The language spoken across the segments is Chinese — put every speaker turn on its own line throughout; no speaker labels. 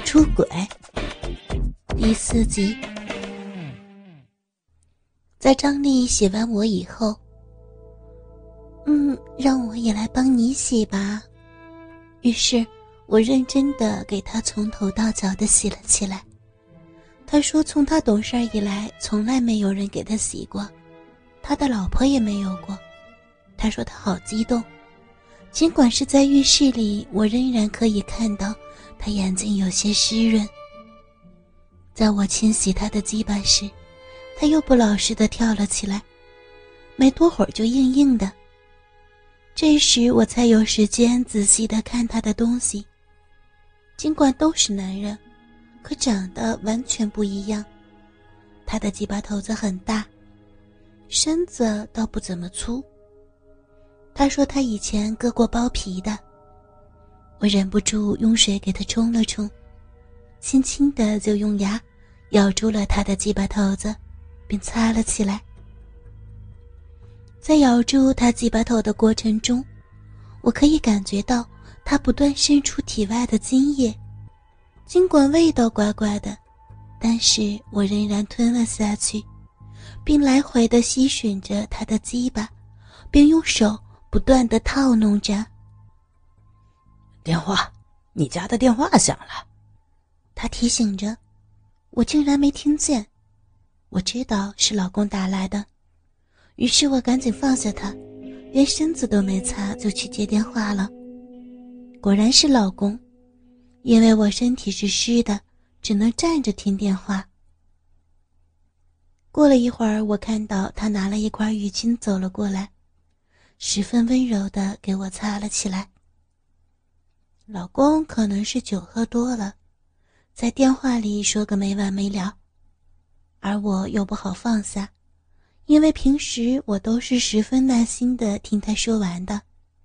出轨第4集。在张丽洗完我以后，让我也来帮你洗吧。于是我认真地给他从头到脚地洗了起来。他说从他懂事以来从来没有人给他洗过，他的老婆也没有过。他说他好激动，尽管是在浴室里，我仍然可以看到他眼睛有些湿润。在我清洗他的鸡巴时，他又不老实地跳了起来，没多会儿就硬硬的。这时我才有时间仔细地看他的东西，尽管都是男人，可长得完全不一样。他的鸡巴头子很大，身子倒不怎么粗。他说他以前割过包皮的。我忍不住用水给他冲了冲，轻轻地就用牙咬住了他的鸡巴头子，并擦了起来。在咬住他鸡巴头的过程中，我可以感觉到他不断渗出体外的精液，尽管味道怪怪的，但是我仍然吞了下去，并来回地吸吮着他的鸡巴，并用手不断地套弄着。
电话，你家的电话响了。
他提醒着，我竟然没听见。我知道是老公打来的，于是我赶紧放下他，连身子都没擦就去接电话了。果然是老公，因为我身体是湿的，只能站着听电话。过了一会儿，我看到他拿了一块浴巾走了过来，十分温柔地给我擦了起来。老公可能是酒喝多了，在电话里说个没完没了，而我又不好放下，因为平时我都是十分耐心地听他说完的。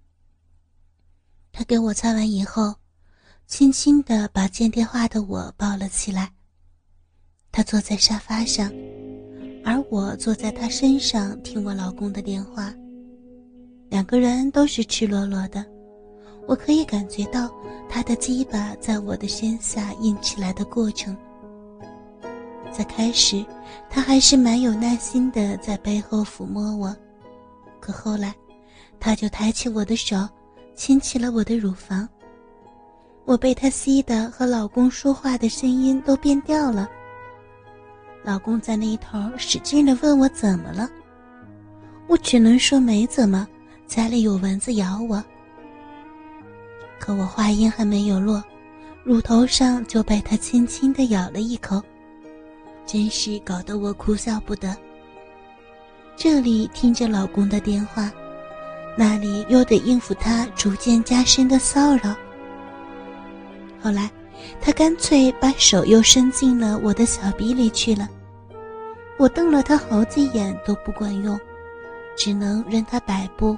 他给我擦完以后，轻轻地把接电话的我抱了起来。他坐在沙发上，而我坐在他身上听我老公的电话。两个人都是赤裸裸的，我可以感觉到他的鸡巴在我的身下硬起来的过程。在开始，他还是蛮有耐心的在背后抚摸我，可后来，他就抬起我的手，亲起了我的乳房。我被他吸得和老公说话的声音都变调了。老公在那一头使劲地问我怎么了，我只能说没怎么，家里有蚊子咬我。可我话音还没有落，乳头上就被他轻轻地咬了一口，真是搞得我哭笑不得。这里听着老公的电话，那里又得应付他逐渐加深的骚扰。后来他干脆把手又伸进了我的小逼里去了，我瞪了他好几眼都不管用，只能任他摆布。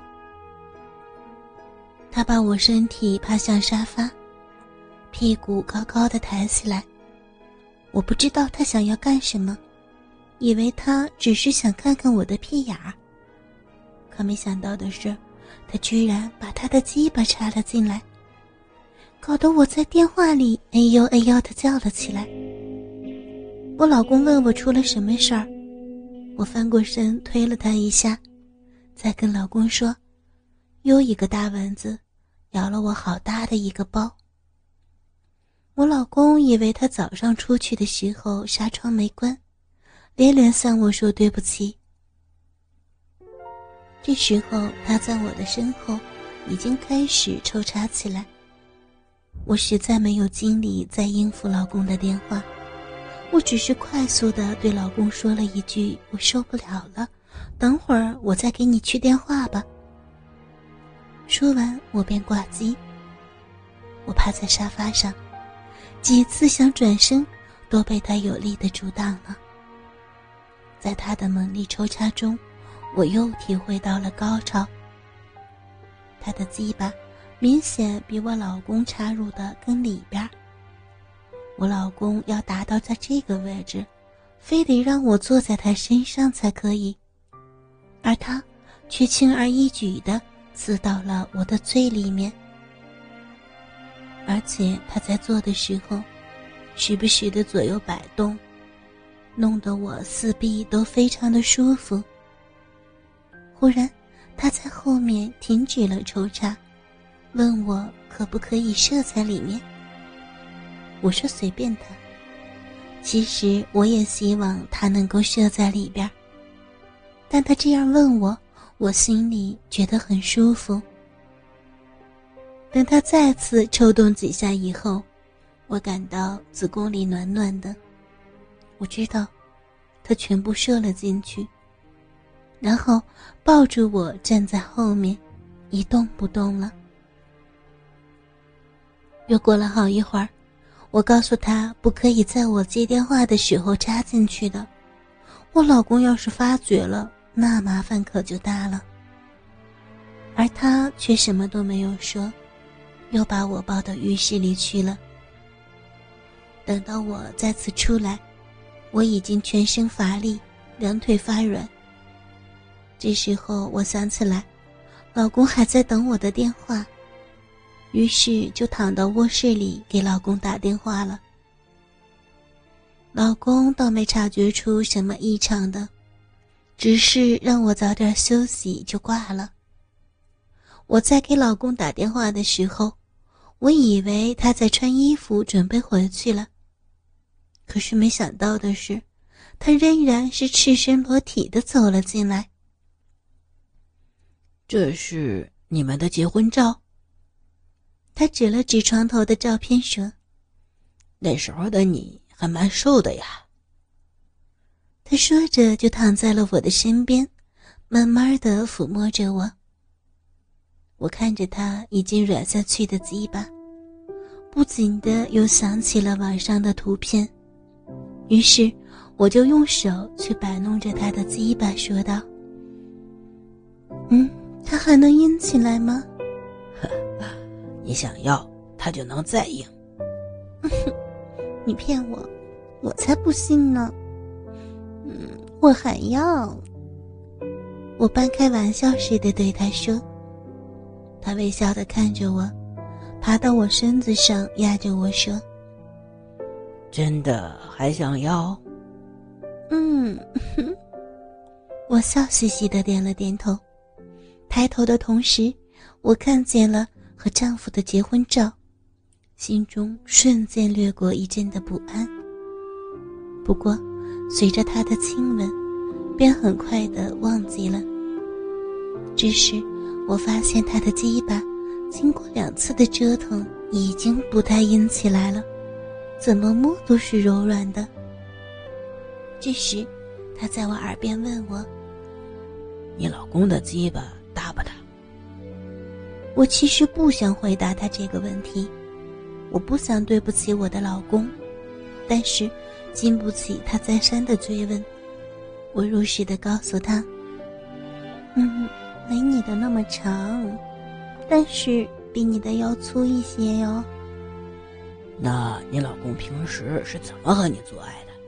他把我身体趴向沙发，屁股高高的抬起来。我不知道他想要干什么，以为他只是想看看我的屁眼儿，可没想到的是，他居然把他的鸡巴插了进来，搞得我在电话里哎呦哎呦地叫了起来。我老公问我出了什么事儿，我翻过身推了他一下，再跟老公说，又一个大蚊子咬了我好大的一个包。我老公以为他早上出去的时候纱窗没关，连连向我说对不起。这时候他在我的身后已经开始抽插起来，我实在没有精力再应付老公的电话，我只是快速地对老公说了一句，我受不了了，等会儿我再给你去电话吧。说完我便挂机。我趴在沙发上，几次想转身都被他有力地阻挡了。在他的猛力抽插中，我又体会到了高潮。他的鸡巴明显比我老公插入的更里边，我老公要达到在这个位置，非得让我坐在他身上才可以，而他却轻而易举地刺到了我的最里面。而且他在做的时候， 时不时的左右摆动，弄得我四臂都非常的舒服。忽然他在后面停止了抽插，问我可不可以射在里面。我说随便他，其实我也希望他能够射在里边，但他这样问我，我心里觉得很舒服。等他再次抽动几下以后，我感到子宫里暖暖的，我知道他全部射了进去，然后抱住我站在后面，一动不动了。又过了好一会儿，我告诉他不可以在我接电话的时候插进去的，我老公要是发觉了，那麻烦可就大了。而他却什么都没有说，又把我抱到浴室里去了。等到我再次出来，我已经全身乏力，两腿发软。这时候我想起来，老公还在等我的电话，于是就躺到卧室里给老公打电话了。老公倒没察觉出什么异常的，只是让我早点休息就挂了。我在给老公打电话的时候，我以为他在穿衣服准备回去了，可是没想到的是，他仍然是赤身裸体的走了进来。
这是你们的结婚照？
他指了指床头的照片说，
那时候的你还蛮瘦的呀。
他说着就躺在了我的身边，慢慢地抚摸着我。我看着他已经软下去的鸡巴，不禁的又想起了网上的图片，于是我就用手去摆弄着他的鸡巴说道，他还能硬起来吗？
你想要他就能再硬。
你骗我，我才不信呢。我还要。我半开玩笑似的对他说。他微笑地看着我，爬到我身子上压着我说，
真的还想要？
我笑嘻嘻地点了点头。抬头的同时，我看见了和丈夫的结婚照，心中瞬间掠过一阵的不安。不过随着他的亲吻，便很快地忘记了。只是我发现他的鸡巴经过2次的折腾已经不太硬起来了，怎么摸都是柔软的。这时他在我耳边问我，
你老公的鸡巴大不大？
我其实不想回答他这个问题，我不想对不起我的老公，但是经不起他再三的追问，我如实的告诉他，没你的那么长，但是比你的要粗一些哟。
那你老公平时是怎么和你做爱的？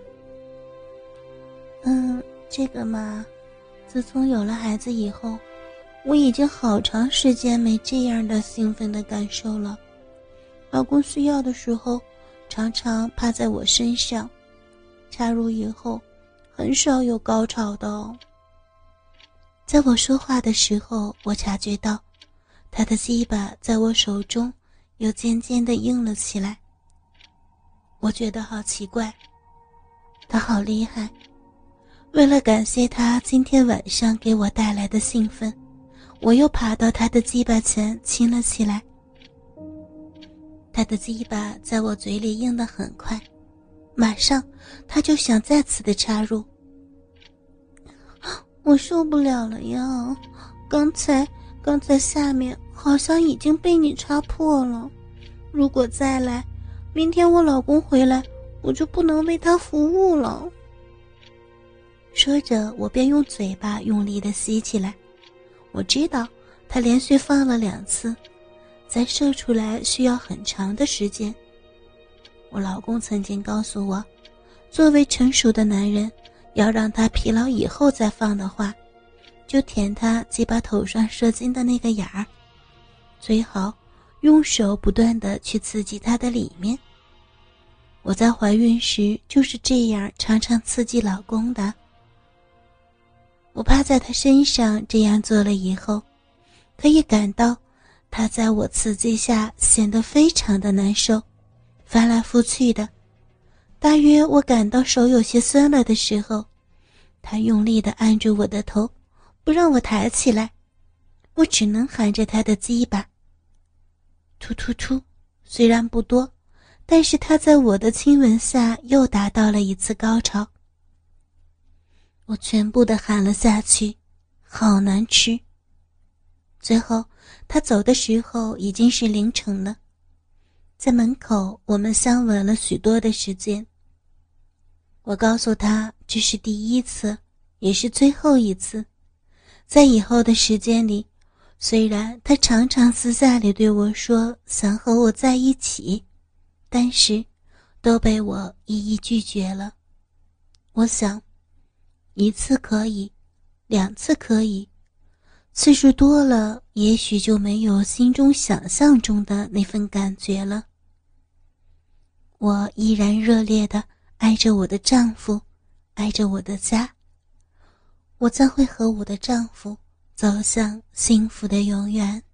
这个嘛，自从有了孩子以后，我已经好长时间没这样的兴奋的感受了。老公需要的时候，常常趴在我身上，插入以后，很少有高潮的哦。在我说话的时候，我察觉到他的鸡巴在我手中又渐渐地硬了起来。我觉得好奇怪，他好厉害。为了感谢他今天晚上给我带来的兴奋，我又爬到他的鸡巴前亲了起来。他的鸡巴在我嘴里硬得很快，马上他就想再次的插入。我受不了了呀，刚才下面好像已经被你插破了，如果再来，明天我老公回来，我就不能为他服务了。说着，我便用嘴巴用力地吸起来。我知道他连续放了2次，再射出来需要很长的时间。我老公曾经告诉我，作为成熟的男人，要让他疲劳以后再放的话，就舔他鸡巴头上射精的那个眼儿，最好用手不断地去刺激他的里面。 我在怀孕时就是这样常常刺激老公的。我趴在他身上这样做了以后，可以感到他在我刺激下显得非常的难受，翻来覆去的。大约我感到手有些酸了的时候，他用力地按住我的头，不让我抬起来。我只能含着他的鸡巴。突突突，虽然不多，但是他在我的亲吻下又达到了一次高潮。我全部的含了下去，好难吃。最后他走的时候已经是凌晨了，在门口我们相吻了许多的时间。我告诉他这是第一次，也是最后一次，在以后的时间里，虽然他常常私下里对我说想和我在一起，但是都被我一一拒绝了。我想，1次可以，2次可以，次数多了，也许就没有心中想象中的那份感觉了。我依然热烈地爱着我的丈夫，爱着我的家。我将会和我的丈夫走向幸福的永远。